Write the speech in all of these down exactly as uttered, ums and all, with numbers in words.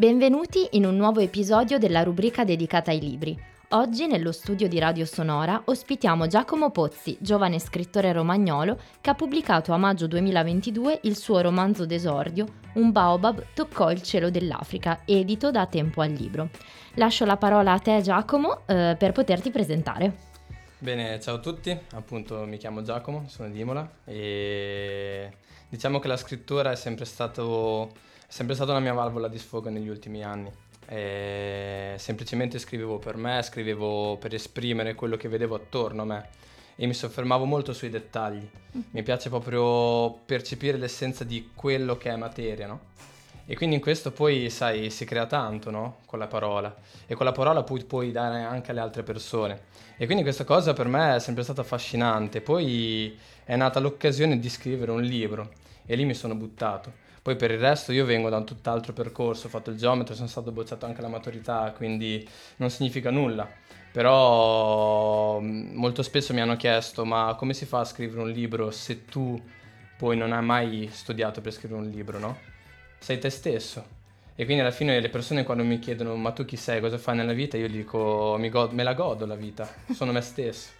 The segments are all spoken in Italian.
Benvenuti in un nuovo episodio della rubrica dedicata ai libri. Oggi nello studio di Radio Sonora ospitiamo Giacomo Pozzi, giovane scrittore romagnolo che ha pubblicato a maggio duemilaventidue il suo romanzo d'esordio Un baobab toccò il cielo dell'Africa, edito da Tempo al Libro. Lascio la parola a te Giacomo eh, per poterti presentare. Bene, ciao a tutti, appunto mi chiamo Giacomo, sono di Imola e diciamo che la scrittura è sempre stato, è sempre stata una mia valvola di sfogo negli ultimi anni. E semplicemente scrivevo per me, scrivevo per esprimere quello che vedevo attorno a me e mi soffermavo molto sui dettagli. Mi piace proprio percepire l'essenza di quello che è materia, no? E quindi in questo poi, sai, si crea tanto, no? Con la parola. E con la parola poi puoi dare anche alle altre persone. E quindi questa cosa per me è sempre stata affascinante. Poi è nata l'occasione di scrivere un libro e lì mi sono buttato. Poi per il resto io vengo da un tutt'altro percorso, ho fatto il geometra, sono stato bocciato anche alla maturità, quindi non significa nulla. Però molto spesso mi hanno chiesto: ma come si fa a scrivere un libro se tu poi non hai mai studiato per scrivere un libro, no? Sei te stesso. E quindi alla fine le persone quando mi chiedono: ma tu chi sei, cosa fai nella vita? Io gli dico: mi go- me la godo la vita, sono me stesso.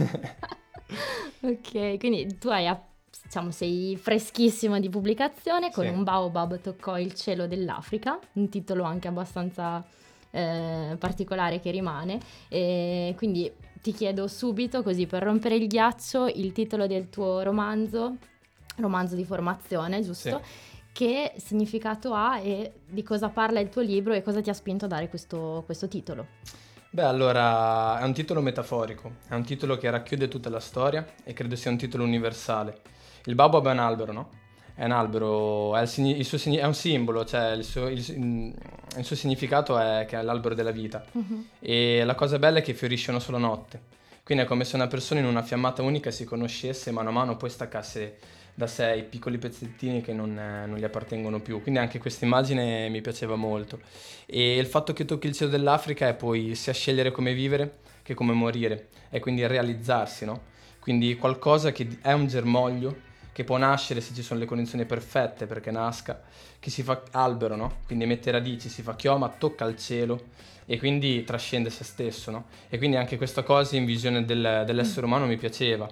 Ok, quindi tu hai, diciamo, sei freschissimo di pubblicazione con Sì. Un baobab toccò il cielo dell'Africa, un titolo anche abbastanza eh, particolare che rimane, e quindi ti chiedo subito, così per rompere il ghiaccio, il titolo del tuo romanzo, romanzo di formazione, giusto? Sì. Che significato ha e di cosa parla il tuo libro e cosa ti ha spinto a dare questo, questo titolo? Beh, allora, è un titolo metaforico, è un titolo che racchiude tutta la storia e credo sia un titolo universale. Il baobab è un albero, no? È un albero, è, il signi- il suo signi- è un simbolo, cioè il suo, il, il suo significato è che è l'albero della vita. Uh-huh. E la cosa bella è che fiorisce una sola notte. Quindi è come se una persona in una fiammata unica si conoscesse e mano a mano poi staccasse da sé i piccoli pezzettini che non, eh, non gli appartengono più. Quindi anche questa immagine mi piaceva molto. E il fatto che tocchi il cielo dell'Africa è poi sia scegliere come vivere che come morire, e quindi realizzarsi, no? Quindi qualcosa che è un germoglio, che può nascere se ci sono le condizioni perfette perché nasca, che si fa albero, no? Quindi mette radici, si fa chioma, tocca il cielo e quindi trascende se stesso, no? E quindi anche questa cosa in visione del, dell'essere umano mi piaceva.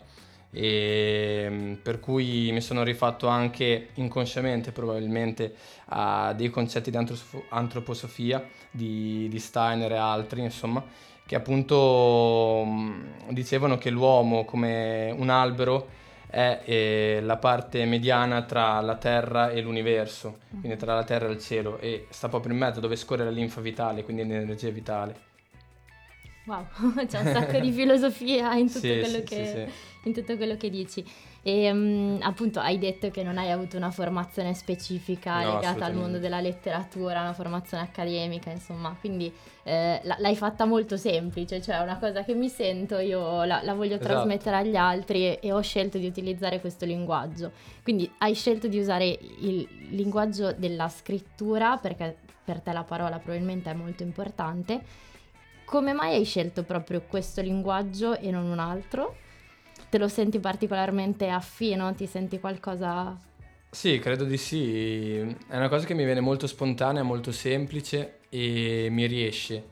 E per cui mi sono rifatto anche inconsciamente probabilmente a dei concetti di antros- antroposofia di, di Steiner e altri, insomma, che appunto mh, dicevano che l'uomo come un albero è eh, la parte mediana tra la terra e l'universo, quindi tra la terra e il cielo, e sta proprio in mezzo dove scorre la linfa vitale, quindi l'energia vitale. Wow, c'è un sacco di filosofia in tutto, Sì, quello sì, che, sì, sì. in tutto quello che dici. E um, appunto hai detto che non hai avuto una formazione specifica No, legata al mondo assolutamente. della letteratura, una formazione accademica, insomma, quindi eh, l- l'hai fatta molto semplice, cioè una cosa che mi sento, io la, la voglio Esatto. trasmettere agli altri e, e ho scelto di utilizzare questo linguaggio. Quindi hai scelto di usare il linguaggio della scrittura perché per te la parola probabilmente è molto importante. Come mai hai scelto proprio questo linguaggio e non un altro? Te lo senti particolarmente affino? Ti senti qualcosa? Sì, credo di sì. È una cosa che mi viene molto spontanea, molto semplice e mi riesce.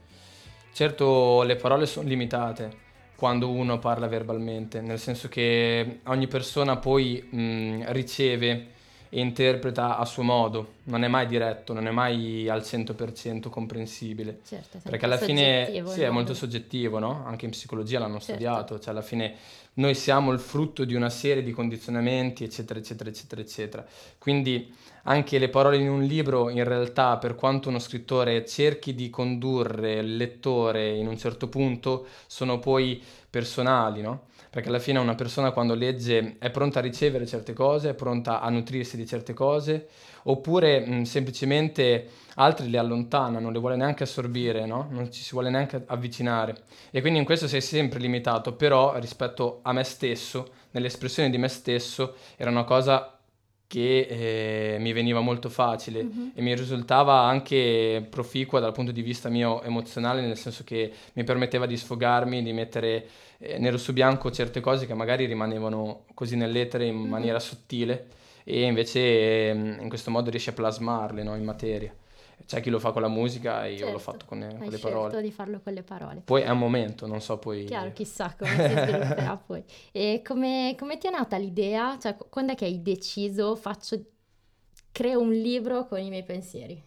Certo, le parole sono limitate quando uno parla verbalmente, nel senso che ogni persona poi mh, riceve e interpreta a suo modo, non è mai diretto, non è mai al cento per cento comprensibile. Certo, è Perché sempre alla fine soggettivo sì, il è molto modo. soggettivo, no? Anche in psicologia l'hanno Certo. studiato, cioè alla fine noi siamo il frutto di una serie di condizionamenti, eccetera, eccetera, eccetera, eccetera. Quindi anche le parole in un libro, in realtà, per quanto uno scrittore cerchi di condurre il lettore in un certo punto, sono poi personali, no? Perché alla fine una persona quando legge è pronta a ricevere certe cose, è pronta a nutrirsi di certe cose, oppure mh, semplicemente altri le allontana, non le vuole neanche assorbire, no? Non ci si vuole neanche avvicinare. E quindi in questo sei sempre limitato, però rispetto a me stesso, nell'espressione di me stesso, era una cosa che eh, mi veniva molto facile Mhm. e mi risultava anche proficua dal punto di vista mio emozionale, nel senso che mi permetteva di sfogarmi, di mettere eh, nero su bianco certe cose che magari rimanevano così nell'etere in Mhm. maniera sottile e invece ehm, in questo modo riesci a plasmarle, no, in materia. C'è chi lo fa con la musica e io Certo, l'ho fatto con, con hai le scelto parole. di farlo con le parole. Poi è un momento, non so poi... Chiaro, chissà come si svilupperà poi. E come, come ti è nata l'idea? Cioè, qu- quando è che hai deciso, faccio, creo un libro con i miei pensieri?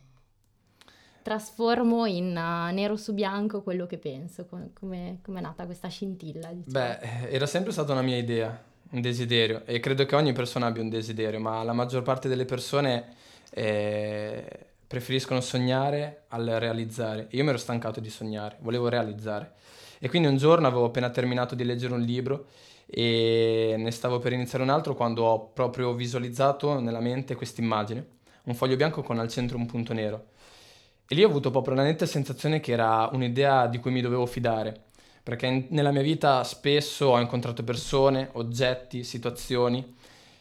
Trasformo in uh, nero su bianco quello che penso. Com- Come, come è nata questa scintilla, diciamo? Beh, era sempre stata una mia idea, un desiderio, e credo che ogni persona abbia un desiderio, ma la maggior parte delle persone eh, preferiscono sognare al realizzare. Io mi ero stancato di sognare, volevo realizzare. E quindi un giorno avevo appena terminato di leggere un libro e ne stavo per iniziare un altro quando ho proprio visualizzato nella mente questa immagine, un foglio bianco con al centro un punto nero. E lì ho avuto proprio la netta sensazione che era un'idea di cui mi dovevo fidare, perché in- nella mia vita spesso ho incontrato persone, oggetti, situazioni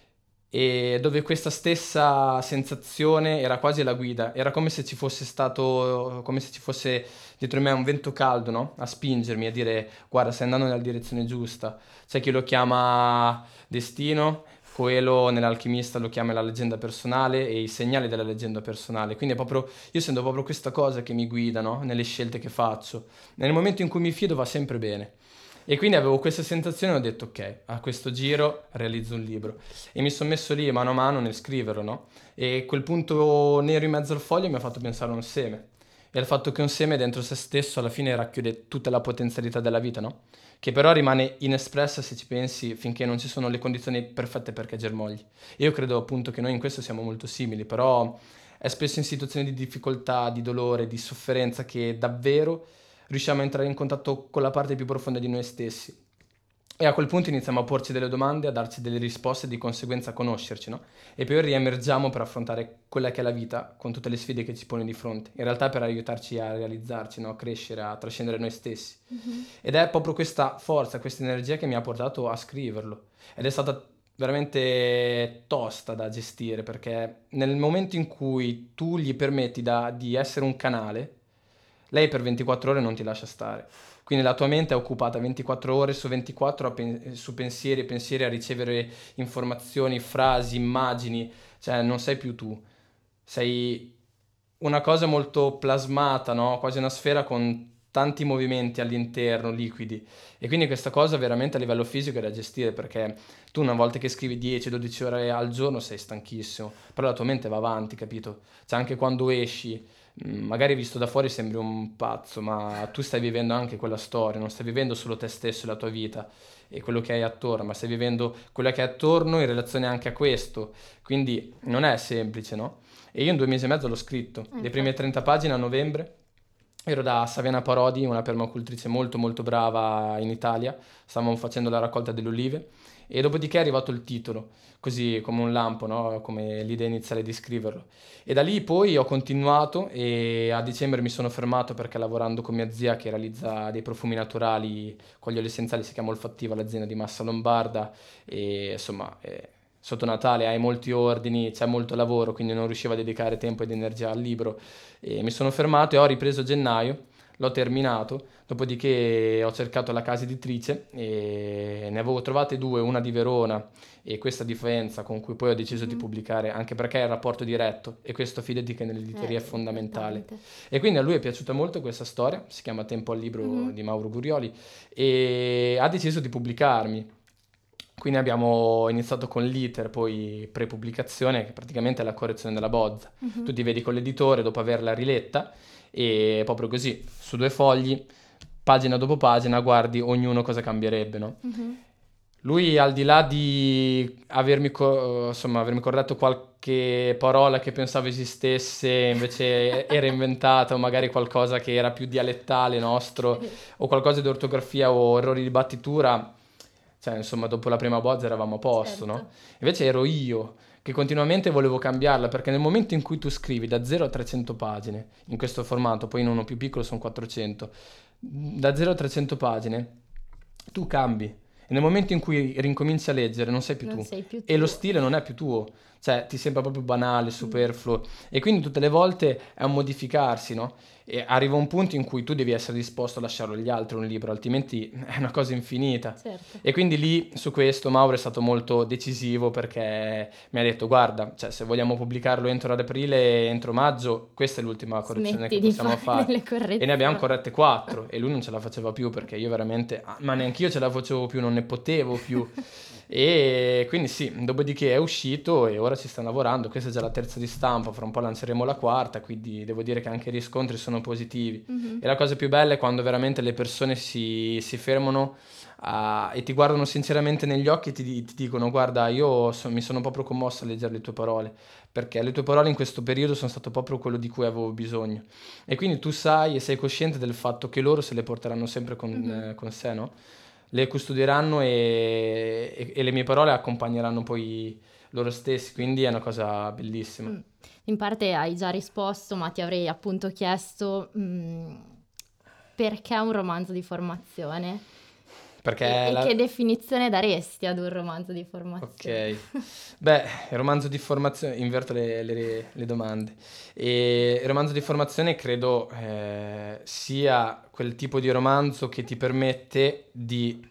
e dove questa stessa sensazione era quasi la guida, era come se ci fosse stato, come se ci fosse dietro di me un vento caldo, no? A spingermi, a dire guarda, stai andando nella direzione giusta. C'è chi lo chiama destino, Coelho nell'Alchimista lo chiama la leggenda personale e i segnali della leggenda personale. Quindi è proprio, io sento proprio questa cosa che mi guida, no? Nelle scelte che faccio. Nel momento in cui mi fido va sempre bene. E quindi avevo questa sensazione e ho detto ok, a questo giro realizzo un libro. E mi sono messo lì mano a mano nel scriverlo, no? E quel punto nero in mezzo al foglio mi ha fatto pensare a un seme. E al fatto che un seme dentro se stesso alla fine racchiude tutta la potenzialità della vita, no? Che però rimane inespressa se ci pensi finché non ci sono le condizioni perfette perché germogli. E io credo appunto che noi in questo siamo molto simili, però è spesso in situazioni di difficoltà, di dolore, di sofferenza che davvero riusciamo a entrare in contatto con la parte più profonda di noi stessi. E a quel punto iniziamo a porci delle domande, a darci delle risposte e di conseguenza a conoscerci, no? E poi riemergiamo per affrontare quella che è la vita con tutte le sfide che ci pone di fronte. In realtà per aiutarci a realizzarci, no? A crescere, a trascendere noi stessi. Mhm. Ed è proprio questa forza, questa energia che mi ha portato a scriverlo. Ed è stata veramente tosta da gestire perché nel momento in cui tu gli permetti da- di essere un canale, lei per ventiquattro ore non ti lascia stare. Quindi la tua mente è occupata ventiquattro ore su ventiquattro a pen- su pensieri e pensieri, a ricevere informazioni, frasi, immagini, cioè non sei più tu, sei una cosa molto plasmata, no? Quasi una sfera con tanti movimenti all'interno, liquidi. E quindi questa cosa veramente a livello fisico è da gestire perché tu una volta che scrivi dieci dodici ore al giorno sei stanchissimo, però la tua mente va avanti, capito? Cioè anche quando esci, mh, magari visto da fuori sembri un pazzo, ma tu stai vivendo anche quella storia, non stai vivendo solo te stesso e la tua vita e quello che hai attorno, ma stai vivendo quello che hai attorno in relazione anche a questo. Quindi non è semplice, no? E io in due mesi e mezzo l'ho scritto, Eh, le prime infatti. trenta pagine a novembre. Ero da Saviana Parodi, una permacultrice molto molto brava in Italia, stavamo facendo la raccolta delle olive e dopodiché è arrivato il titolo, così come un lampo, no? Come l'idea iniziale di scriverlo. E da lì poi ho continuato e a dicembre mi sono fermato perché lavorando con mia zia che realizza dei profumi naturali con gli oli essenziali, si chiama Olfattiva, l'azienda di Massa Lombarda e insomma eh, sotto Natale hai molti ordini, c'è molto lavoro, quindi non riuscivo a dedicare tempo ed energia al libro e mi sono fermato e ho ripreso a gennaio, l'ho terminato, dopodiché ho cercato la casa editrice e ne avevo trovate due, una di Verona e questa di Faenza con cui poi ho deciso di Mhm. pubblicare, anche perché è il rapporto diretto e questo fidati che nell'editoria è È fondamentale. importante. E quindi a lui è piaciuta molto questa storia, si chiama Tempo al libro Mhm. di Mauro Gurioli e ha deciso di pubblicarmi. Quindi abbiamo iniziato con l'iter, poi pre-pubblicazione, che praticamente è la correzione della bozza. Mhm. Tu ti vedi con l'editore dopo averla riletta e proprio così, su due fogli, pagina dopo pagina, guardi ognuno cosa cambierebbe, no? Mhm. Lui, al di là di avermi, co- insomma, avermi corretto qualche parola che pensavo esistesse, invece era inventata, o magari qualcosa che era più dialettale nostro, Sì, o qualcosa di ortografia o errori di battitura, cioè, insomma, dopo la prima bozza eravamo a posto, no? certo. Invece ero io che continuamente volevo cambiarla, perché nel momento in cui tu scrivi da zero a trecento pagine, in questo formato, poi in uno più piccolo sono quattrocento, da zero a trecento pagine, tu cambi. E nel momento in cui rincominci a leggere non sei più Non tu. sei più E lo tu. stile non è più tuo. Cioè, ti sembra proprio banale, Mm. superfluo. E quindi tutte le volte è un modificarsi, no? e arriva un punto in cui tu devi essere disposto a lasciarlo agli altri un libro, altrimenti è una cosa infinita. Certo. E quindi lì su questo Mauro è stato molto decisivo, perché mi ha detto guarda, cioè, se vogliamo pubblicarlo entro ad aprile, entro maggio, questa è l'ultima correzione Smetti che di possiamo fare fare. delle correzioni. E ne abbiamo corrette quattro e lui non ce la faceva più, perché io veramente, ah, ma neanche io ce la facevo più, non ne potevo più. E quindi sì, dopodiché è uscito e ora ci sta lavorando, questa è già la terza di stampa, fra un po' lanceremo la quarta, quindi devo dire che anche i riscontri sono positivi. Mhm. E la cosa più bella è quando veramente le persone si, si fermano a- e ti guardano sinceramente negli occhi e ti, di- ti dicono guarda, io so- mi sono proprio commosso a leggere le tue parole, perché le tue parole in questo periodo sono stato proprio quello di cui avevo bisogno. E quindi tu sai e sei cosciente del fatto che loro se le porteranno sempre con, Mhm. eh, con sé, no? Le custodieranno e, e- e le mie parole accompagneranno poi loro stessi, quindi è una cosa bellissima. Mm. In parte hai già risposto, ma ti avrei appunto chiesto mm, perché un romanzo di formazione Perché e, e la... che definizione daresti ad un romanzo di formazione? Ok, beh, il romanzo di formazione, inverto le, le- le domande. E il romanzo di formazione credo eh, sia quel tipo di romanzo che ti permette di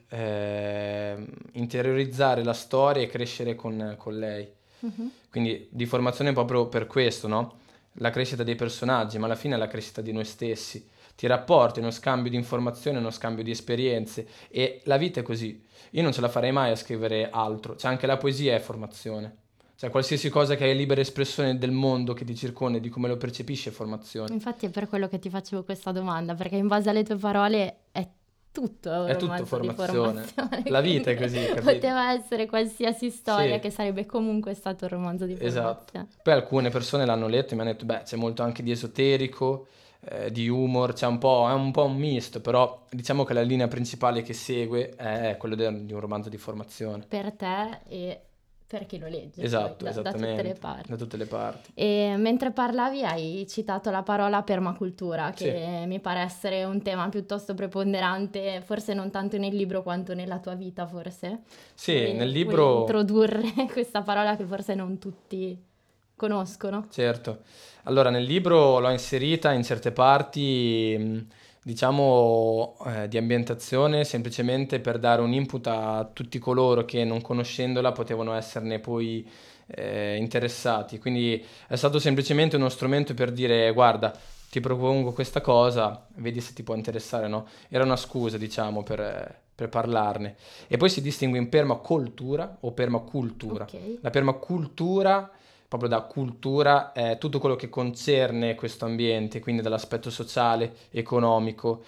eh, interiorizzare la storia e crescere con, con lei. Mhm. Quindi di formazione proprio per questo, no? La crescita dei personaggi, ma alla fine è la crescita di noi stessi. Ti rapporti, uno scambio di informazioni, uno scambio di esperienze e la vita è così. Io non ce la farei mai a scrivere altro, cioè anche la poesia è formazione. Cioè qualsiasi cosa che è libera espressione del mondo che ti circonda e di come lo percepisci è formazione. Infatti è per quello che ti facevo questa domanda, perché in base alle tue parole è tutto un È tutto romanzo di formazione. formazione, La vita è quindi così, capito? poteva essere qualsiasi storia Sì, che sarebbe comunque stato un romanzo di esatto. formazione. Poi alcune persone l'hanno letto e mi hanno detto, beh, c'è molto anche di esoterico, eh, di humor, c'è un po', è un po' un misto, però diciamo che la linea principale che segue è quella de- di un romanzo di formazione. Per te e per chi lo legge poi, Esatto, da, da tutte le esattamente, da parti. tutte le parti. E mentre parlavi hai citato la parola permacultura, Sì, che mi pare essere un tema piuttosto preponderante, forse non tanto nel libro quanto nella tua vita, forse. sì, nel Vuoi, vuoi libro, introdurre questa parola che forse non tutti conoscono? certo. Allora, nel libro l'ho inserita in certe parti, mh, diciamo, eh, di ambientazione, semplicemente per dare un input a tutti coloro che non conoscendola potevano esserne poi eh, interessati. Quindi è stato semplicemente uno strumento per dire, guarda, ti propongo questa cosa, vedi se ti può interessare, no? Era una scusa, diciamo, per, eh, per parlarne. E poi si distingue in permacultura o permacultura. Ok. La permacultura, proprio da cultura, è tutto quello che concerne questo ambiente, quindi dall'aspetto sociale, economico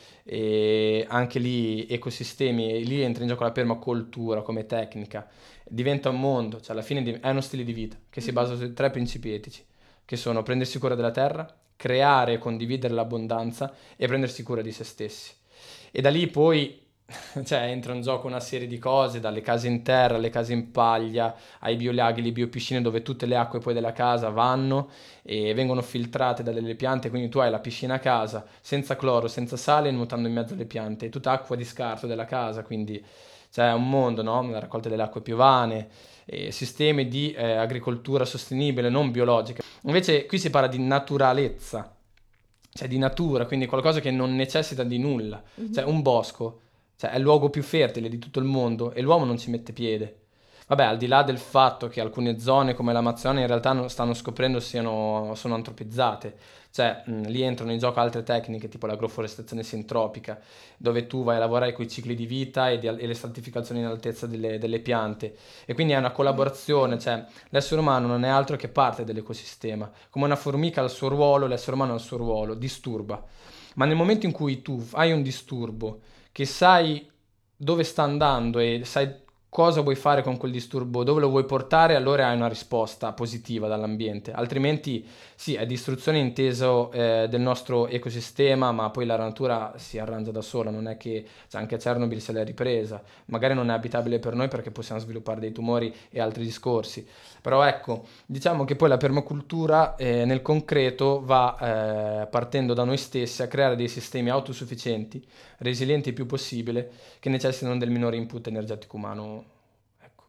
e anche lì ecosistemi, e lì entra in gioco la permacultura come tecnica. Diventa un mondo, cioè alla fine di- è uno stile di vita che si Mhm. basa su tre principi etici, che sono prendersi cura della terra, creare e condividere l'abbondanza e prendersi cura di se stessi. E da lì poi cioè, entra in gioco una serie di cose, dalle case in terra alle case in paglia, ai biolaghi, le biopiscine dove tutte le acque poi della casa vanno e vengono filtrate dalle piante, quindi tu hai la piscina a casa, senza cloro, senza sale, nuotando in mezzo alle piante, è tutta acqua di scarto della casa, quindi c'è un mondo, no? La raccolta delle acque piovane, eh, sistemi di eh, agricoltura sostenibile, non biologica. Invece qui si parla di naturalezza, cioè di natura, quindi qualcosa che non necessita di nulla, cioè Mhm. un bosco, cioè è il luogo più fertile di tutto il mondo e l'uomo non ci mette piede. Vabbè, al di là del fatto che alcune zone come l'Amazzonia in realtà non stanno scoprendo siano, sono antropizzate, cioè mh, lì entrano in gioco altre tecniche tipo l'agroforestazione sintropica, dove tu vai a lavorare con i cicli di vita e, di, e le stratificazioni in altezza delle, delle piante e quindi è una collaborazione, cioè l'essere umano non è altro che parte dell'ecosistema, come una formica ha il suo ruolo, l'essere umano ha il suo ruolo, disturba. Ma nel momento in cui tu hai un disturbo, che sai dove sta andando e sai cosa vuoi fare con quel disturbo, dove lo vuoi portare, allora hai una risposta positiva dall'ambiente. Altrimenti sì, è distruzione inteso eh, del nostro ecosistema, ma poi la natura si arrangia da sola, non è che cioè, anche Chernobyl se l'è ripresa. Magari non è abitabile per noi perché possiamo sviluppare dei tumori e altri discorsi. Però ecco, diciamo che poi la permacultura eh, nel concreto va eh, partendo da noi stessi a creare dei sistemi autosufficienti, resilienti il più possibile, che necessitano del minore input energetico umano. Ecco.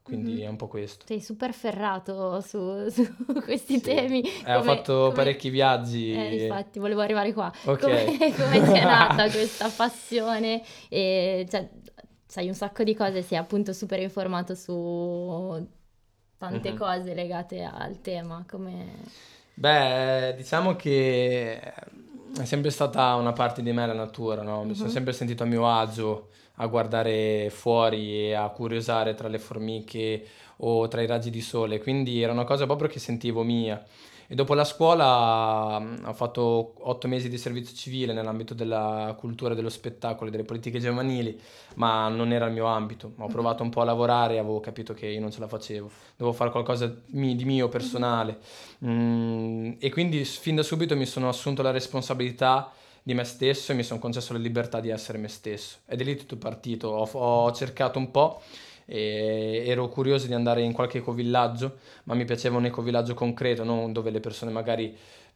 quindi Mhm. è un po' questo. Sei super ferrato su, su questi Sì. temi. Eh, ho Come- fatto come- parecchi viaggi. Eh, infatti, volevo arrivare qua. Ok. Come, come ti è nata questa passione? E, cioè, sai un sacco di cose, sei appunto super informato su tante Mhm. cose legate al tema. Come... Beh, diciamo che è sempre stata una parte di me la natura, no? Mi sono Mhm. sempre sentito a mio agio a guardare fuori e a curiosare tra le formiche o tra i raggi di sole, quindi era una cosa proprio che sentivo mia. E dopo la scuola mh, ho fatto otto mesi di servizio civile nell'ambito della cultura, dello spettacolo e delle politiche giovanili, ma non era il mio ambito. Ho Mhm. provato un po' a lavorare e avevo capito che io non ce la facevo. Dovevo fare qualcosa mi- di mio, Mhm. personale. Mm, e quindi s- fin da subito mi sono assunto la responsabilità di me stesso e mi sono concesso la libertà di essere me stesso. Ed è lì tutto partito. Ho, ho cercato un po', e ero curioso di andare in qualche ecovillaggio, ma mi piaceva un ecovillaggio concreto, non dove le persone magari...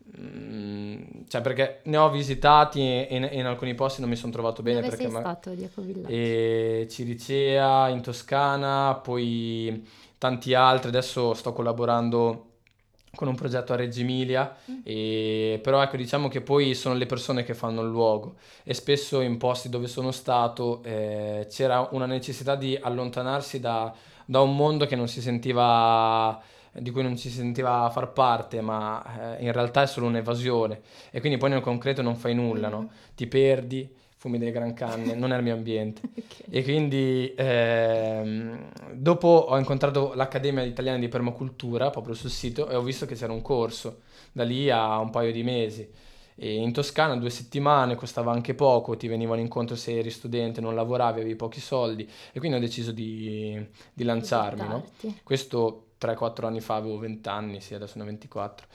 mm, cioè perché ne ho visitati e in, e in alcuni posti non mi sono trovato bene Dove perché sei ma- stato di Ecovillaggio? e Ciricea in Toscana, poi tanti altri. Adesso sto collaborando con un progetto a Reggio Emilia, Mm. e- però ecco, diciamo che poi sono le persone che fanno il luogo e spesso in posti dove sono stato eh, c'era una necessità di allontanarsi da, da un mondo che non si sentiva, di cui non si sentiva far parte, ma eh, in realtà è solo un'evasione e quindi poi nel concreto non fai nulla, no? Mm. Ti perdi, fumi delle gran canne, non è il mio ambiente. Ok. E quindi ehm, dopo ho incontrato l'Accademia Italiana di Permacultura proprio sul sito e ho visto che c'era un corso da lì a un paio di mesi. E in Toscana due settimane, costava anche poco, ti venivano incontro se eri studente, non lavoravi, avevi pochi soldi e quindi ho deciso di, di Di lanciarmi, no? buttarti. Questo tre quattro anni fa, avevo venti anni, sì, adesso ne ho ventiquattro.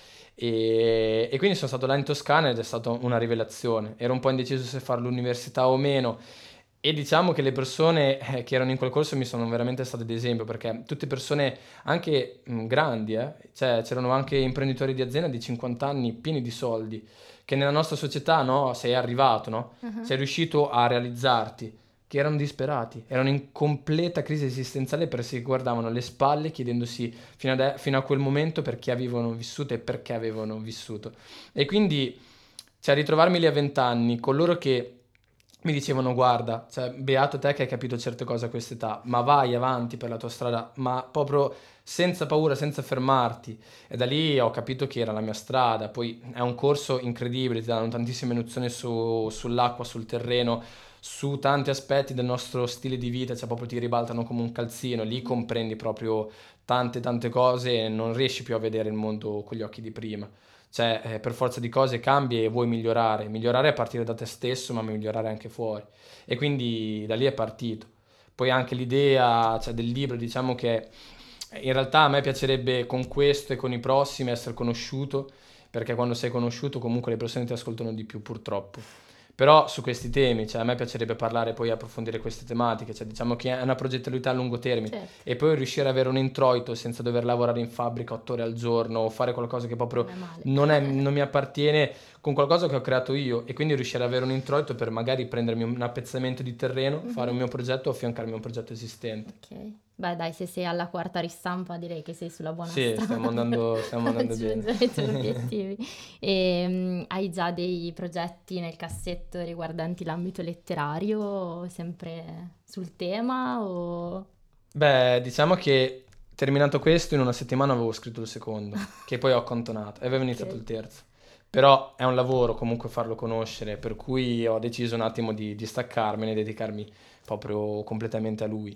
E, e quindi sono stato là in Toscana ed è stata una rivelazione. Ero un po' indeciso se fare l'università o meno. E diciamo che le persone eh, che erano in quel corso mi sono veramente state d'esempio, perché tutte persone anche mh, grandi, eh, cioè c'erano anche imprenditori di azienda di cinquanta anni pieni di soldi, che nella nostra società, no, sei arrivato, no? Mhm. Sei riuscito a realizzarti, che erano disperati, erano in completa crisi esistenziale perché si guardavano alle spalle chiedendosi fino, ade- fino a quel momento perché avevano vissuto e perché avevano vissuto. E quindi, cioè, ritrovarmi lì a venti anni con loro che mi dicevano: guarda, cioè, beato te che hai capito certe cose a quest'età, ma vai avanti per la tua strada, ma proprio senza paura, senza fermarti. E da lì ho capito che era la mia strada. Poi è un corso incredibile, ti danno tantissime nozioni su- sull'acqua, sul terreno, su tanti aspetti del nostro stile di vita, cioè proprio ti ribaltano come un calzino, lì comprendi proprio tante tante cose e non riesci più a vedere il mondo con gli occhi di prima. Cioè, eh, per forza di cose cambi e vuoi migliorare. Migliorare a partire da te stesso, ma migliorare anche fuori. E quindi da lì è partito. Poi anche l'idea, cioè, del libro, diciamo che in realtà a me piacerebbe con questo e con i prossimi essere conosciuto, perché quando sei conosciuto comunque le persone ti ascoltano di più, purtroppo. Però su questi temi, cioè, a me piacerebbe parlare poi e approfondire queste tematiche, cioè, diciamo che è una progettualità a lungo termine Certo, e poi riuscire ad avere un introito senza dover lavorare in fabbrica otto ore al giorno o fare qualcosa che proprio non è male. non, è- non mi appartiene, con qualcosa che ho creato io, e quindi riuscire ad avere un introito per magari prendermi un appezzamento di terreno, fare un Mhm. mio progetto o affiancarmi a un progetto esistente. Ok. Beh, dai, se sei alla quarta ristampa direi che sei sulla buona Sì, strada stiamo per andando, stiamo andando bene. raggiungere i tuoi obiettivi. E, mm, hai già dei progetti nel cassetto riguardanti l'ambito letterario, sempre sul tema o... Beh, diciamo che terminato questo, in una settimana avevo scritto il secondo, che poi ho accantonato e avevo iniziato Ok. il terzo. Però è un lavoro comunque farlo conoscere, per cui ho deciso un attimo di, di staccarmene e dedicarmi proprio completamente a lui.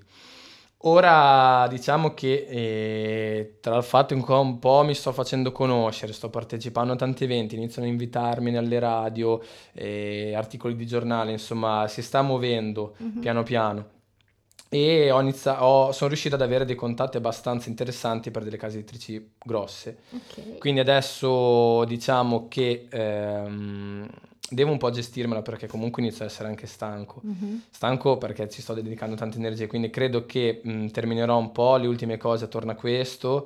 Ora diciamo che eh, tra il fatto che un po' mi sto facendo conoscere, sto partecipando a tanti eventi, iniziano a invitarmi nelle radio, eh, articoli di giornale, insomma si sta muovendo Mhm. piano piano. E ho inizia- ho- sono riuscito ad avere dei contatti abbastanza interessanti per delle case editrici grosse. Ok. Quindi adesso diciamo che ehm, devo un po' gestirmela perché comunque inizio ad essere anche stanco. Mhm. Stanco perché ci sto dedicando tante energie, quindi credo che mh, terminerò un po' le ultime cose attorno a questo,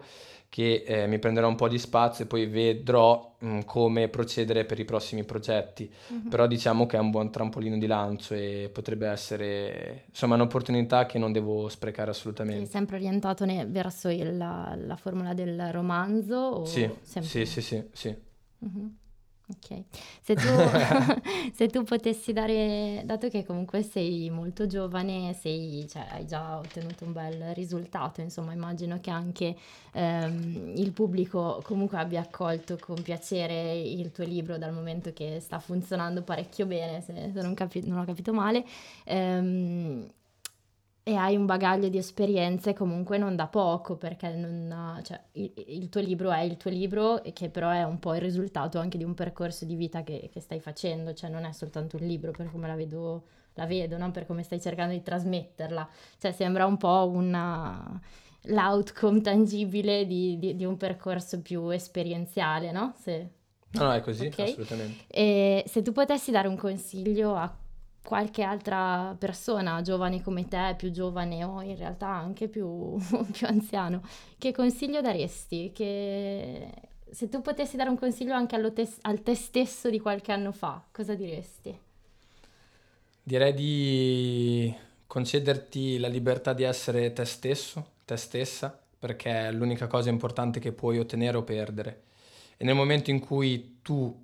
che eh, mi prenderà un po' di spazio e poi vedrò mh, come procedere per i prossimi progetti. Mhm. Però diciamo che è un buon trampolino di lancio e potrebbe essere, insomma, un'opportunità che non devo sprecare Sei assolutamente. sempre orientato ne- verso il- la, la formula del romanzo o Sì, sempre? sì, sì, sì, sì. Mhm. Ok, se tu, se tu potessi dare, dato che comunque sei molto giovane, sei, cioè, hai già ottenuto un bel risultato, insomma immagino che anche ehm, il pubblico comunque abbia accolto con piacere il tuo libro dal momento che sta funzionando parecchio bene, se, se non, capi- non ho capito male. Ehm, e hai un bagaglio di esperienze comunque non da poco, perché non, cioè, il, il tuo libro è il tuo libro, e che però è un po' il risultato anche di un percorso di vita che, che stai facendo, cioè non è soltanto un libro per come la vedo, la vedo, no? Per come stai cercando di trasmetterla, cioè sembra un po' una, l'outcome tangibile di, di- di un percorso più esperienziale, no? Se, No, no, è così, ok? assolutamente. E se tu potessi dare un consiglio a qualche altra persona, giovane come te, più giovane o in realtà anche più, più anziano, che consiglio daresti? Che... Se tu potessi dare un consiglio anche allo te- al te stesso di qualche anno fa, cosa diresti? Direi di concederti la libertà di essere te stesso, te stessa, perché è l'unica cosa importante che puoi ottenere o perdere. E nel momento in cui tu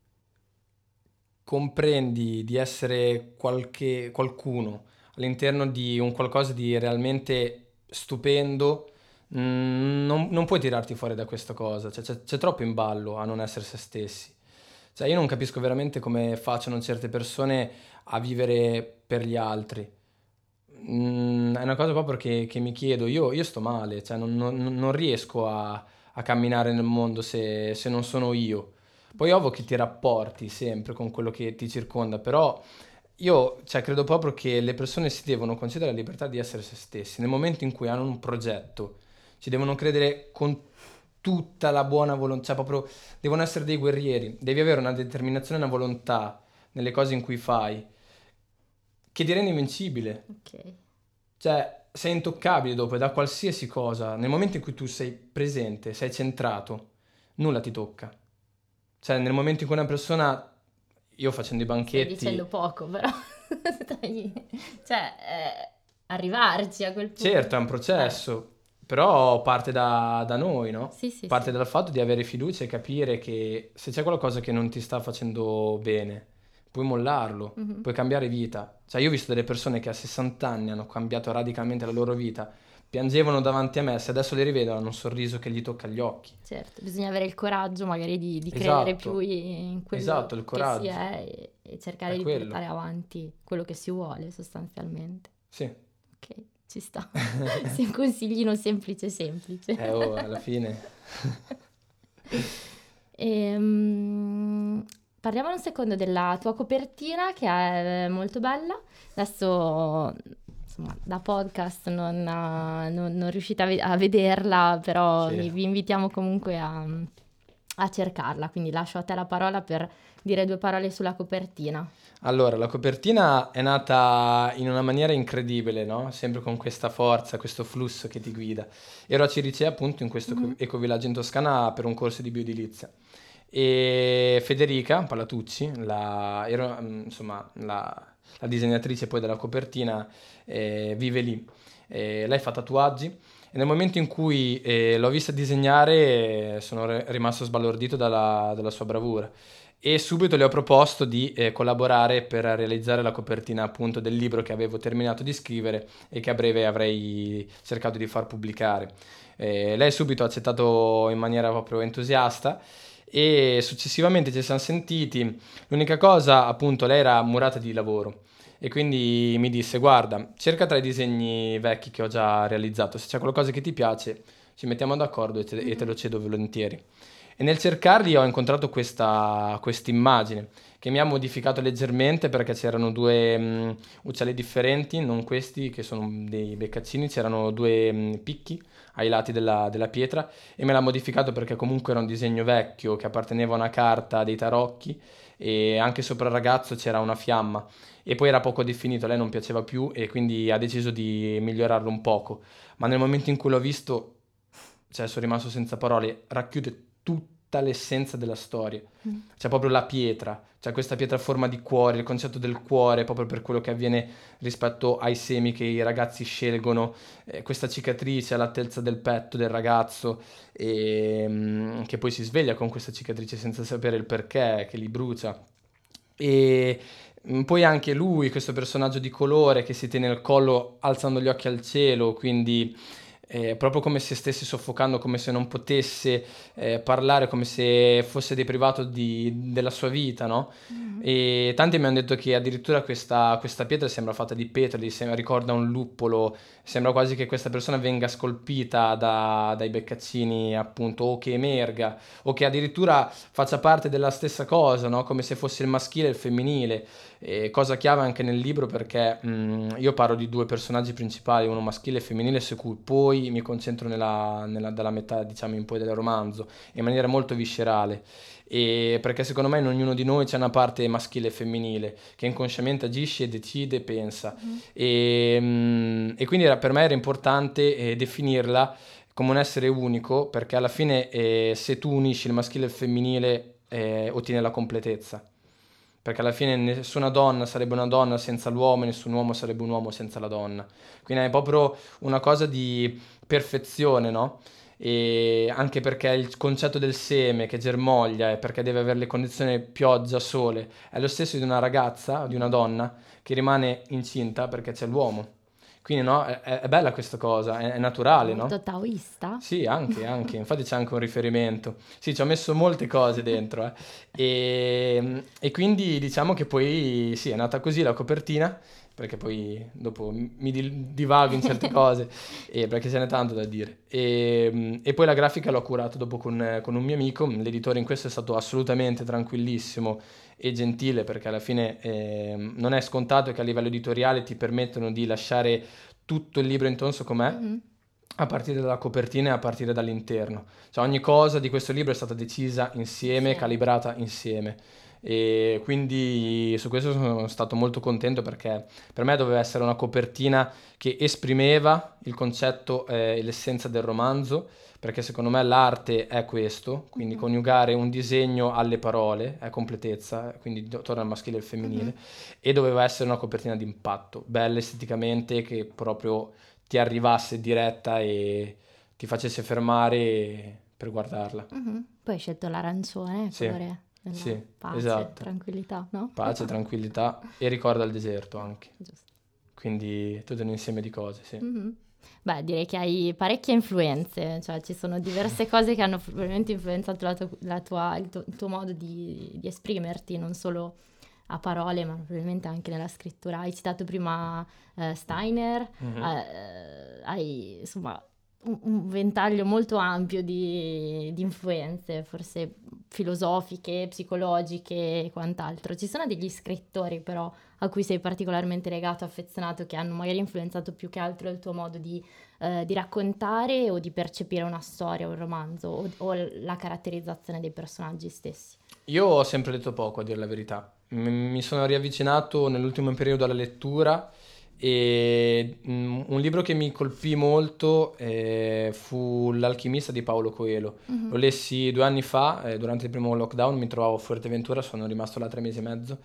comprendi di essere qualche, qualcuno all'interno di un qualcosa di realmente stupendo, mm, non, non puoi tirarti fuori da questa cosa, cioè, c'è, c'è troppo in ballo a non essere se stessi. Cioè, io non capisco veramente come facciano certe persone a vivere per gli altri. Mm, è una cosa proprio che, che mi chiedo, io, io sto male, cioè non, non- non riesco a, a camminare nel mondo se, se non sono io. Poi è ovvio che ti rapporti sempre con quello che ti circonda, però io, cioè, credo proprio che le persone si devono concedere la libertà di essere se stessi. Nel momento in cui hanno un progetto, ci devono credere con tutta la buona volontà, cioè proprio devono essere dei guerrieri, devi avere una determinazione e una volontà nelle cose in cui fai, che ti rende invincibile. Ok. Cioè, sei intoccabile dopo, e da qualsiasi cosa. Nel momento in cui tu sei presente, sei centrato, nulla ti tocca. Cioè, nel momento in cui una persona, io facendo i Stai banchetti, dicendo poco, però stai- cioè, eh, arrivarci a quel certo è punto. un Eh, processo, però parte da, da noi, no? sì, sì, Parte sì. dal fatto di avere fiducia e capire che se c'è qualcosa che non ti sta facendo bene, puoi mollarlo, Mhm. puoi cambiare vita. Cioè, io ho visto delle persone che a sessanta anni hanno cambiato radicalmente la loro vita, piangevano davanti a me, se adesso le rivedo hanno un sorriso che gli tocca gli occhi. Certo, bisogna avere il coraggio magari di, di credere più Esatto, in quello esatto, il che si coraggio, è e, e cercare è di portare quello. avanti quello che si vuole sostanzialmente. Sì. Ok, ci sta. Se un consiglino semplice semplice. Eh, oh, alla fine. Ehm, parliamo un secondo della tua copertina che è molto bella. Adesso, insomma, da podcast non, eh, non- non riuscite a, ve- a vederla, però Sì. vi, vi invitiamo comunque a, a cercarla. Quindi lascio a te la parola per dire due parole sulla copertina. Allora, la copertina è nata in una maniera incredibile, no? Sempre con questa forza, questo flusso che ti guida. Ero a Ciricea, appunto, in questo eco- Mhm. ecovillaggio in Toscana per un corso di bioedilizia. E Federica Palatucci, la, ero, mm, insomma, la, la disegnatrice poi della copertina, eh, vive lì. Eh, lei fa tatuaggi e nel momento in cui eh, l'ho vista disegnare eh, sono re- rimasto sbalordito dalla dalla sua bravura e subito le ho proposto di eh, collaborare per realizzare la copertina appunto del libro che avevo terminato di scrivere e che a breve avrei cercato di far pubblicare. Eh, lei subito ha accettato in maniera proprio entusiasta e successivamente ci siamo sentiti. L'unica cosa, appunto, lei era murata di lavoro e quindi mi disse: Guarda, cerca tra i disegni vecchi che ho già realizzato, se c'è qualcosa che ti piace, ci mettiamo d'accordo e te, e te lo Mhm. cedo volentieri. E nel cercarli ho incontrato questa immagine che mi ha modificato leggermente perché c'erano due mh, uccelli differenti, non questi che sono dei beccaccini, c'erano due mh, picchi ai lati della, della pietra e me l'ha modificato perché comunque era un disegno vecchio che apparteneva a una carta dei tarocchi e anche sopra il ragazzo c'era una fiamma e poi era poco definito, a lei non piaceva più e quindi ha deciso di migliorarlo un poco, ma nel momento in cui l'ho visto cioè sono rimasto senza parole, racchiude tutta l'essenza della storia. Mm. C'è proprio la pietra, c'è questa pietra a forma di cuore, il concetto del cuore, proprio per quello che avviene rispetto ai semi che i ragazzi scelgono, eh, questa cicatrice all'altezza del petto del ragazzo, e, mm, che poi si sveglia con questa cicatrice senza sapere il perché, che li brucia. E mm, poi anche lui, questo personaggio di colore che si tiene il collo alzando gli occhi al cielo, quindi eh, proprio come se stesse soffocando, come se non potesse eh, parlare, come se fosse deprivato di- della sua vita, no? Mm. E tanti mi hanno detto che addirittura questa, questa pietra sembra fatta di petali, sembra, ricorda un luppolo, sembra quasi che questa persona venga scolpita da- dai beccaccini, appunto, o che emerga, o che addirittura faccia parte della stessa cosa, no? Come se fosse il maschile e il femminile. E cosa chiave anche nel libro, perché mh, io parlo di due personaggi principali, uno maschile e femminile, su cui poi mi concentro nella, nella- dalla metà, diciamo, in poi del romanzo, in maniera molto viscerale. E perché secondo me in ognuno di noi c'è una parte maschile e femminile che inconsciamente agisce, decide, pensa. Mm. E, mh, e quindi era- per me era importante eh, definirla come un essere unico, perché alla fine eh, se tu unisci il maschile e il femminile eh, ottieni la completezza. Perché alla fine nessuna donna sarebbe una donna senza l'uomo e nessun uomo sarebbe un uomo senza la donna. Quindi è proprio una cosa di perfezione, no? E anche perché il concetto del seme che germoglia e perché deve avere le condizioni pioggia, sole, è lo stesso di una ragazza o di una donna che rimane incinta perché c'è l'uomo. Quindi no, è, è bella questa cosa, è, è naturale, Molto no? taoista. Sì, anche, anche, infatti c'è anche un riferimento. Sì, ci ho messo molte cose dentro, eh. E, e quindi diciamo che poi sì, è nata così la copertina, perché poi dopo mi di- divago in certe cose, e perché ce n'è tanto da dire. E, e poi la grafica l'ho curato dopo con, con un mio amico, l'editore in questo è stato assolutamente tranquillissimo e gentile, perché alla fine eh, non è scontato che a livello editoriale ti permettono di lasciare tutto il libro intonso com'è, Mhm. a partire dalla copertina e a partire dall'interno. Cioè ogni cosa di questo libro è stata decisa insieme, Insieme. calibrata insieme. E quindi su questo sono stato molto contento, perché per me doveva essere una copertina che esprimeva il concetto eh, e l'essenza del romanzo, perché secondo me l'arte è questo, quindi Mhm. coniugare un disegno alle parole, è completezza, quindi do- torna al maschile e al femminile, Mhm. e doveva essere una copertina d'impatto, bella esteticamente, che proprio ti arrivasse diretta e ti facesse fermare per guardarla. Mhm. Poi hai scelto l'arancione, il Sì, colore della sì, pace, esatto. tranquillità, no? Pace, tranquillità e ricorda il deserto anche. Giusto. Quindi tutto un insieme di cose, sì. Mhm. Beh, direi che hai parecchie influenze, cioè ci sono diverse cose che hanno probabilmente influenzato la tua- la tua- il, tuo, il tuo modo di, di esprimerti, non solo a parole, ma probabilmente anche nella scrittura. Hai citato prima eh, Steiner, Mhm. eh, hai insomma un, un ventaglio molto ampio di, di influenze, forse filosofiche, psicologiche e quant'altro. Ci sono degli scrittori però a cui sei particolarmente legato, affezionato, che hanno magari influenzato più che altro il tuo modo di, eh, di raccontare o di percepire una storia, un romanzo o, o la caratterizzazione dei personaggi stessi? Io ho sempre detto poco, a dire la verità. M- Mi sono riavvicinato nell'ultimo periodo alla lettura e mm, un libro che mi colpì molto eh, fu L'alchimista di Paolo Coelho. Lo Mhm. lessi due anni fa, eh, durante il primo lockdown, mi trovavo a Fuerteventura, sono rimasto là tre mesi e mezzo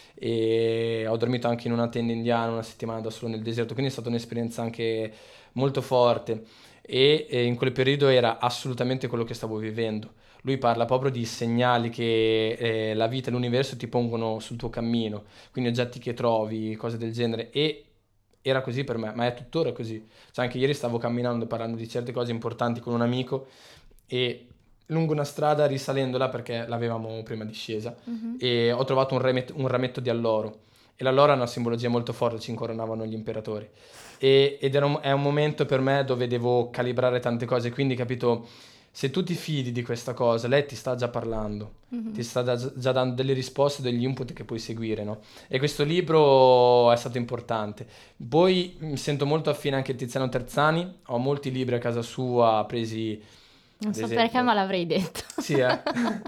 e ho dormito anche in una tenda indiana una settimana da solo nel deserto, quindi è stata un'esperienza anche molto forte e eh, in quel periodo era assolutamente quello che stavo vivendo. Lui parla proprio di segnali che eh, la vita e l'universo ti pongono sul tuo cammino, quindi oggetti che trovi, cose del genere, e era così per me, ma è tuttora così. Cioè anche ieri stavo camminando parlando di certe cose importanti con un amico e lungo una strada risalendola, perché l'avevamo prima discesa, Mhm. e ho trovato un, ramet- un rametto di alloro. E l'alloro è una simbologia molto forte, ci incoronavano gli imperatori. E- ed era un, è un momento per me dove devo calibrare tante cose, quindi capito, se tu ti fidi di questa cosa, lei ti sta già parlando, ti Mhm. sta da- già dando delle risposte, degli input che puoi seguire, no? E questo libro è stato importante. Poi mi sento molto affine anche a Tiziano Terzani, ho molti libri a casa sua presi, Non ad so perché, esempio... ma l'avrei detto. Sì, eh?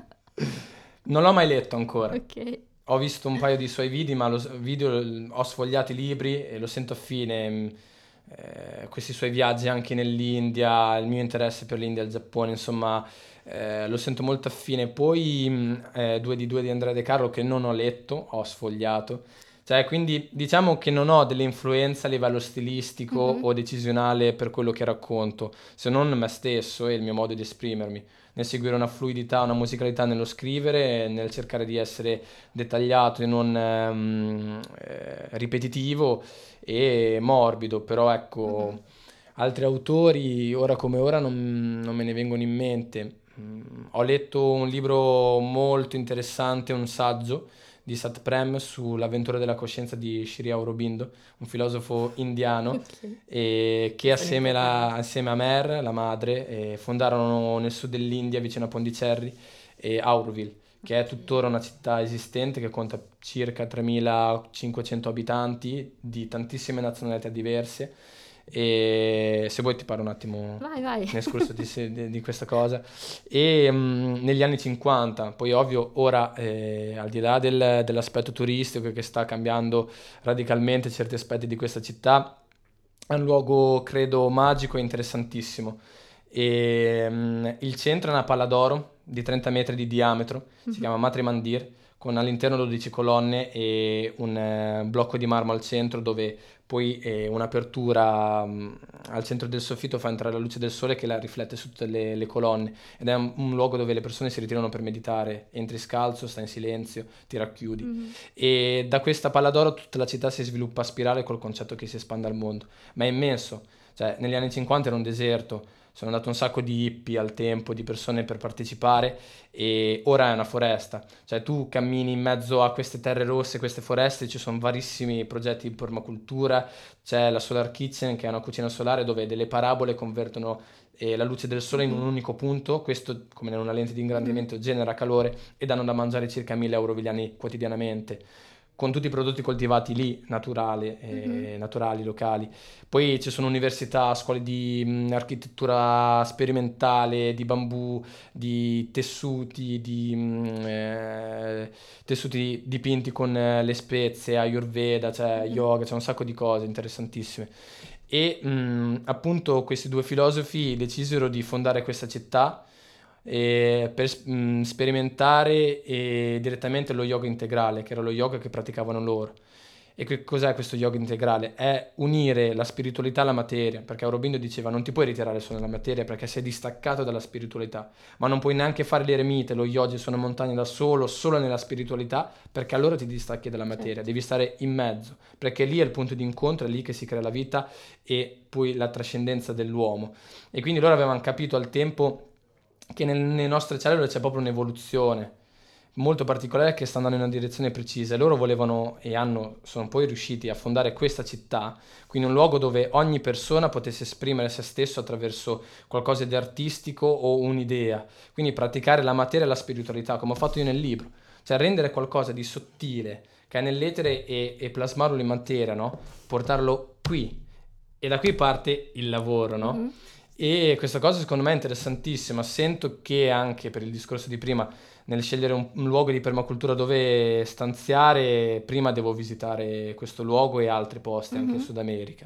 Non l'ho mai letto ancora. Ok. Ho visto un paio di suoi video, ma lo, video, ho sfogliato i libri e lo sento affine. mh, eh, questi suoi viaggi anche nell'India, il mio interesse per l'India e il Giappone, insomma, eh, lo sento molto affine. Poi mh, eh, due di due di Andrea De Carlo che non ho letto, ho sfogliato. Cioè, quindi diciamo che non ho delle influenze a livello stilistico Mhm. o decisionale per quello che racconto, se non me stesso e il mio modo di esprimermi, nel seguire una fluidità, una musicalità nello scrivere, nel cercare di essere dettagliato e non ehm, eh, ripetitivo e morbido, però Mhm. ecco, altri autori ora come ora non, non me ne vengono in mente. Mm, ho letto un libro molto interessante, un saggio di Sat Prem sull'avventura della coscienza di Sri Aurobindo, un filosofo indiano, Ok. e che Ne sono assieme, la- interessata. assieme a Mer, la madre, eh, fondarono nel sud dell'India, vicino a Pondicherry, e Auroville, che è Ok. tuttora una città esistente che conta circa tremilacinquecento abitanti di tantissime nazionalità diverse. E se vuoi ti parlo un attimo Vai, vai. nel corso di, se- di- di questa cosa. E mh, negli anni cinquanta, poi ovvio, ora eh, al di là del- dell'aspetto turistico che sta cambiando radicalmente certi aspetti di questa città, è un luogo, credo, magico e interessantissimo. E, mh, il centro è una palla d'oro di trenta metri di diametro, si Mhm. chiama Matri Mandir, con all'interno dodici colonne e un eh, blocco di marmo al centro dove poi eh, un'apertura mh, al centro del soffitto fa entrare la luce del sole che la riflette su tutte le, le colonne ed è un, un luogo dove le persone si ritirano per meditare, entri scalzo, stai in silenzio, ti racchiudi. Mhm. E da questa palla d'oro tutta la città si sviluppa a spirale col concetto che si espanda al mondo, ma è immenso, cioè negli anni cinquanta era un deserto, sono andato un sacco di hippie al tempo, di persone per partecipare e ora è una foresta, cioè tu cammini in mezzo a queste terre rosse, queste foreste, ci sono varissimi progetti di permacultura, c'è la Solar Kitchen che è una cucina solare dove delle parabole convertono eh, la luce del sole in un Mhm. unico punto, questo come in una lente di Mhm. ingrandimento genera calore e danno da mangiare circa mille euro vigliani quotidianamente, con tutti i prodotti coltivati lì, naturali, Mhm. eh, naturali, locali. Poi ci sono università, scuole di mh, architettura sperimentale, di bambù, di tessuti, di mh, eh, tessuti dipinti con eh, le spezie, Ayurveda, cioè Mhm. yoga, c'è un sacco di cose interessantissime. E mh, appunto questi due filosofi decisero di fondare questa città eh, per s- mh, sperimentare eh, direttamente lo yoga integrale, che era lo yoga che praticavano loro. E che cos'è questo yoga integrale? È unire la spiritualità alla materia, perché Aurobindo diceva non ti puoi ritirare solo nella materia perché sei distaccato dalla spiritualità, ma non puoi neanche fare l'eremite, lo yogi su una montagna da solo, solo nella spiritualità, perché allora ti distacchi dalla materia, Certo. devi stare in mezzo, perché lì è il punto di incontro, è lì che si crea la vita e poi la trascendenza dell'uomo. E quindi loro avevano capito al tempo che nel- nelle nostre cellule c'è proprio un'evoluzione molto particolare che sta andando in una direzione precisa. E loro volevano e hanno, sono poi riusciti a fondare questa città, quindi un luogo dove ogni persona potesse esprimere se stesso attraverso qualcosa di artistico o un'idea. Quindi praticare la materia e la spiritualità, come ho fatto io nel libro. Cioè rendere qualcosa di sottile che è nell'etere e, e plasmarlo in materia, no? Portarlo qui. E da qui parte il lavoro, no? Mhm. E questa cosa secondo me è interessantissima. Sento che anche per il discorso di prima, nel scegliere un, un luogo di permacultura dove stanziare, prima devo visitare questo luogo e altri posti, anche in Mhm. Sud America.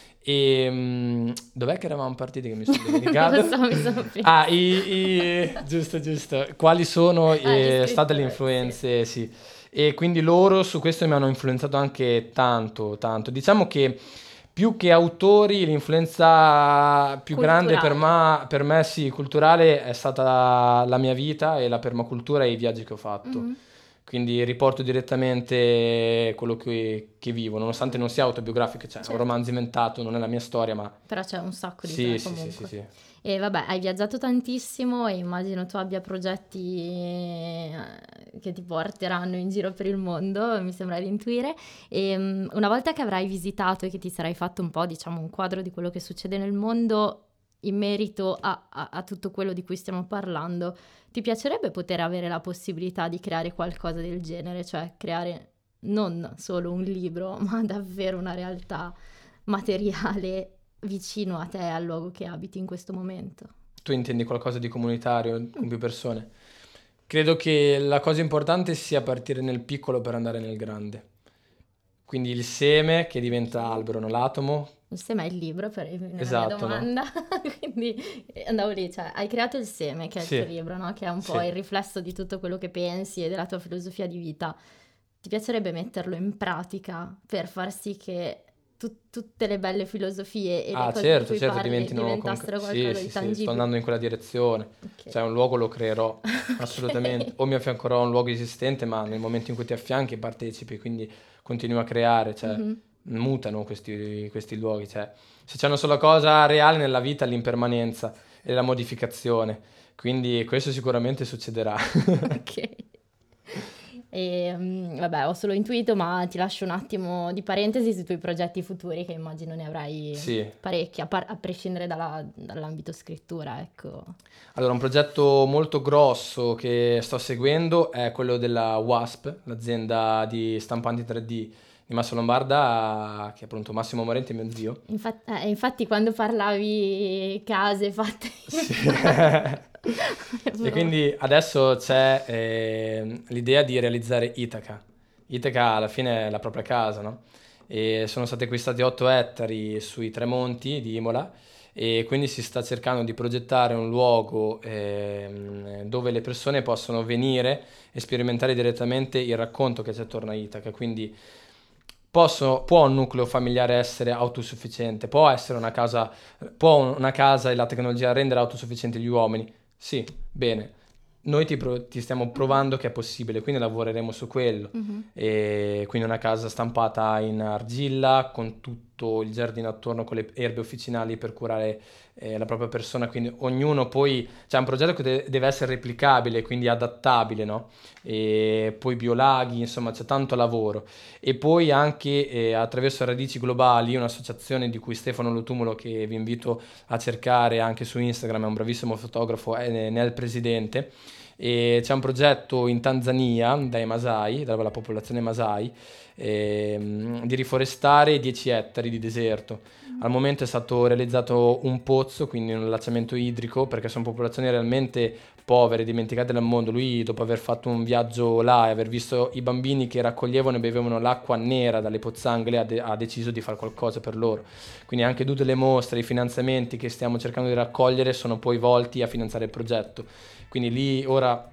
E mm, dov'è che eravamo partiti che mi sono Non lo dimenticato? so, mi sono Ah, persa. i, i- giusto, giusto. Quali sono Ah, gli eh, state le scrittori, sì. influenze? Sì. E quindi loro su questo mi hanno influenzato anche tanto, tanto. Diciamo che più che autori, l'influenza più grande per Culturale. me, per me sì, culturale, è stata la mia vita e la permacultura e i viaggi che ho fatto. Mhm. Quindi riporto direttamente quello che, che vivo, nonostante Mhm. non sia autobiografico, cioè è un Certo. romanzo inventato, non è la mia storia, ma Però c'è un sacco di sì, te sì, sì, sì, comunque. sì. E vabbè, hai viaggiato tantissimo e immagino tu abbia progetti eh, che ti porteranno in giro per il mondo, mi sembra di intuire. E mm, una volta che avrai visitato e che ti sarai fatto un po', diciamo, un quadro di quello che succede nel mondo in merito a, a- a tutto quello di cui stiamo parlando, ti piacerebbe poter avere la possibilità di creare qualcosa del genere, cioè creare non solo un libro, ma davvero una realtà materiale vicino a te, al luogo che abiti in questo momento. Tu intendi qualcosa di comunitario Mm. con più persone? Credo che la cosa importante sia partire nel piccolo per andare nel grande. Quindi il seme che diventa Ok. albero, no? L'atomo Il seme è il libro, per nella Esatto, mia no? domanda, quindi andavo lì, cioè hai creato il seme, che è il Sì, tuo libro, no? Che è un po' sì. il riflesso di tutto quello che pensi e della tua filosofia di vita. Ti piacerebbe metterlo in pratica per far sì che tu- tutte le belle filosofie e le Ah, cose di certo, cui certo, parli diventino concre- diventassero sì, qualcosa sì, di sì, sto tangibile? andando in quella direzione. Ok. Cioè, un luogo lo creerò, assolutamente. Ok. O mi affiancherò a un luogo esistente, ma nel momento in cui ti affianchi partecipi, quindi continui a creare, cioè, Mhm. mutano questi, questi luoghi. Cioè, se c'è una sola cosa reale nella vita, è l'impermanenza e la modificazione. Quindi questo sicuramente succederà. Ok. E, mm, vabbè, ho solo intuito, ma ti lascio un attimo di parentesi sui tuoi progetti futuri, che immagino ne avrai Sì. parecchi, a, par- a prescindere dalla- dall'ambito scrittura, ecco. Allora, un progetto molto grosso che sto seguendo è quello della W A S P, l'azienda di stampanti tre D di Massa Lombarda, che è appunto Massimo Morenti, mio zio. Infat- eh, infatti quando parlavi case fatte in Sì. Italia, E avevo- quindi adesso c'è eh, l'idea di realizzare Itaca. Itaca alla fine è la propria casa, no? E sono stati acquistati otto ettari sui tre monti di Imola e quindi si sta cercando di progettare un luogo ehm, dove le persone possono venire e sperimentare direttamente il racconto che c'è attorno a Itaca. Quindi posso- può un nucleo familiare essere autosufficiente, può essere una casa, può una casa e la tecnologia rendere autosufficienti gli uomini? Sì, bene. Noi ti, pro- ti stiamo provando che è possibile, quindi lavoreremo su quello. Mhm. E quindi una casa stampata in argilla con tutto il giardino attorno con le erbe officinali per curare eh, la propria persona, quindi ognuno poi c'è un progetto che de- deve essere replicabile, quindi adattabile, no? E poi biolaghi, insomma, c'è tanto lavoro. E poi anche eh, attraverso Radici Globali, un'associazione di cui Stefano Lotumulo, che vi invito a cercare anche su Instagram, è un bravissimo fotografo, è nel presidente. E c'è un progetto in Tanzania dai Masai, dalla popolazione Masai, ehm, di riforestare dieci ettari di deserto. Al momento è stato realizzato un pozzo, quindi un allacciamento idrico, perché sono popolazioni realmente povere, dimenticate dal mondo. Lui, dopo aver fatto un viaggio là e aver visto i bambini che raccoglievano e bevevano l'acqua nera dalle pozzanghere, ha, de- ha deciso di fare qualcosa per loro. Quindi anche tutte le mostre, i finanziamenti che stiamo cercando di raccogliere sono poi volti a finanziare il progetto. Quindi lì ora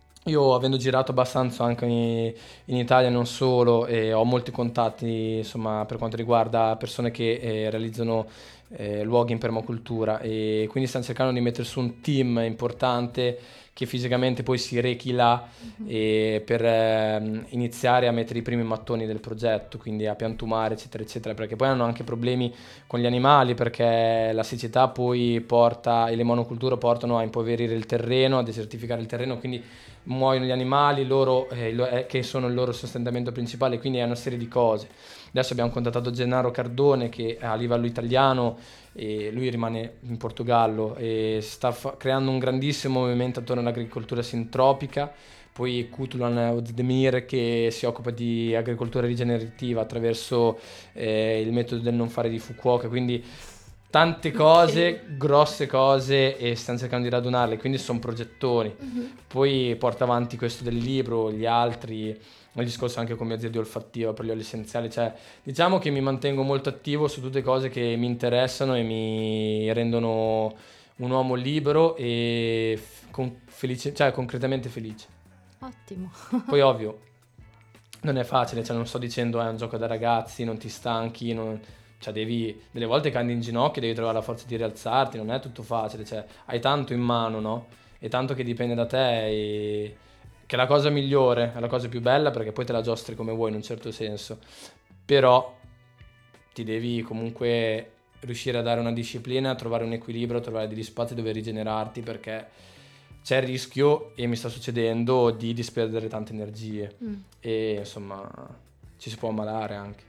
io avendo girato abbastanza anche in, in Italia non solo e ho molti contatti insomma per quanto riguarda persone che eh, realizzano eh, luoghi in permacultura e quindi stiamo cercando di mettere su un team importante che fisicamente poi si rechi là Mhm. e per ehm, iniziare a mettere i primi mattoni del progetto, quindi a piantumare eccetera eccetera, perché poi hanno anche problemi con gli animali perché la siccità poi porta e le monoculture portano a impoverire il terreno, a desertificare il terreno, quindi muoiono gli animali loro, eh, lo- eh, che sono il loro sostentamento principale, quindi è una serie di cose. Adesso abbiamo contattato Gennaro Cardone che a livello italiano e lui rimane in Portogallo e sta fa- creando un grandissimo movimento attorno all'agricoltura sintropica. Poi Kutulan Ozdemir che si occupa di agricoltura rigenerativa attraverso eh, il metodo del non fare di Fukuoka, quindi tante Ok. cose, grosse cose e stiamo cercando di radunarle, quindi sono progettoni. Mhm. Poi porta avanti questo del libro, gli altri, il discorso anche con mia zia di olfattiva per gli oli essenziali, cioè diciamo che mi mantengo molto attivo su tutte cose che mi interessano e mi rendono un uomo libero e f- con- felice, cioè concretamente felice. Ottimo. Poi ovvio, non è facile, cioè non sto dicendo è un gioco da ragazzi, non ti stanchi, non- cioè devi, delle volte cadi in ginocchio, devi trovare la forza di rialzarti, non è tutto facile, cioè hai tanto in mano, no? E tanto che dipende da te e che è la cosa migliore, è la cosa più bella perché poi te la giostri come vuoi in un certo senso, però ti devi comunque riuscire a dare una disciplina, a trovare un equilibrio, a trovare degli spazi dove rigenerarti perché c'è il rischio, e mi sta succedendo, di disperdere tante energie Mm. e insomma ci si può ammalare anche.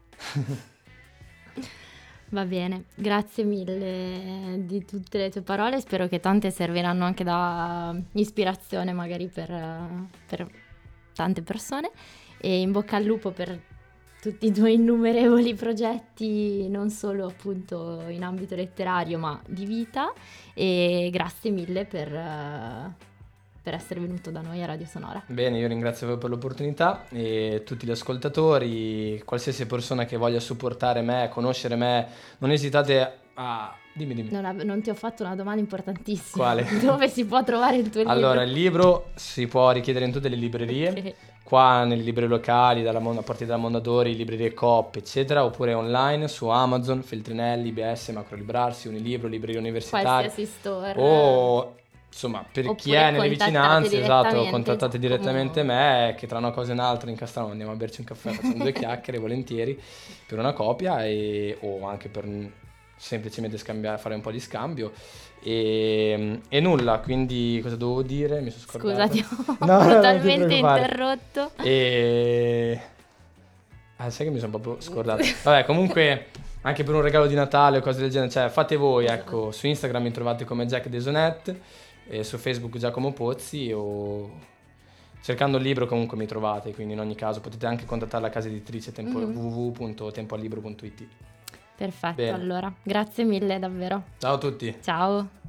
Va bene, grazie mille di tutte le tue parole, spero che tante serviranno anche da ispirazione magari per, eh, per tante persone e in bocca al lupo per tutti i tuoi innumerevoli progetti, non solo appunto in ambito letterario ma di vita e grazie mille per, eh, per essere venuto da noi a Radio Sonora. Bene, io ringrazio voi per l'opportunità e tutti gli ascoltatori, qualsiasi persona che voglia supportare me, conoscere me, non esitate a... Dimmi, dimmi. Non, av- non ti ho fatto una domanda importantissima. Quale? Dove si può trovare il tuo libro? Allora, il libro si può richiedere in tutte le librerie, Okay. qua nelle librerie locali, dalla Mon- a partire da Mondadori, librerie Coop, eccetera, oppure online su Amazon, Feltrinelli, I B S, Macrolibrarsi, Unilibro, librerie universitarie. Qualsiasi store. O insomma, per Oppure chi è nelle contattate vicinanze, esatto, direttamente contattate direttamente Giacomo. me, che tra una cosa e un'altra in Castellano andiamo a berci un caffè, facciamo due chiacchiere volentieri per una copia e, o anche per semplicemente scambiare, fare un po' di scambio e, e nulla, quindi cosa dovevo dire? Mi sono scordato. Scusa, ti ho No, no, non ti totalmente preoccupare. interrotto. E... Ah, sai che mi sono proprio scordato. Vabbè, comunque, anche per un regalo di Natale o cose del genere, cioè fate voi, ecco. Su Instagram mi trovate come Jack Desonet, e su Facebook Giacomo Pozzi, o cercando il libro comunque mi trovate, quindi in ogni caso potete anche contattare la casa editrice tempo... Mhm. w w w punto tempoalibro punto it. Perfetto, Bene. allora. Grazie mille, davvero. Ciao a tutti. Ciao.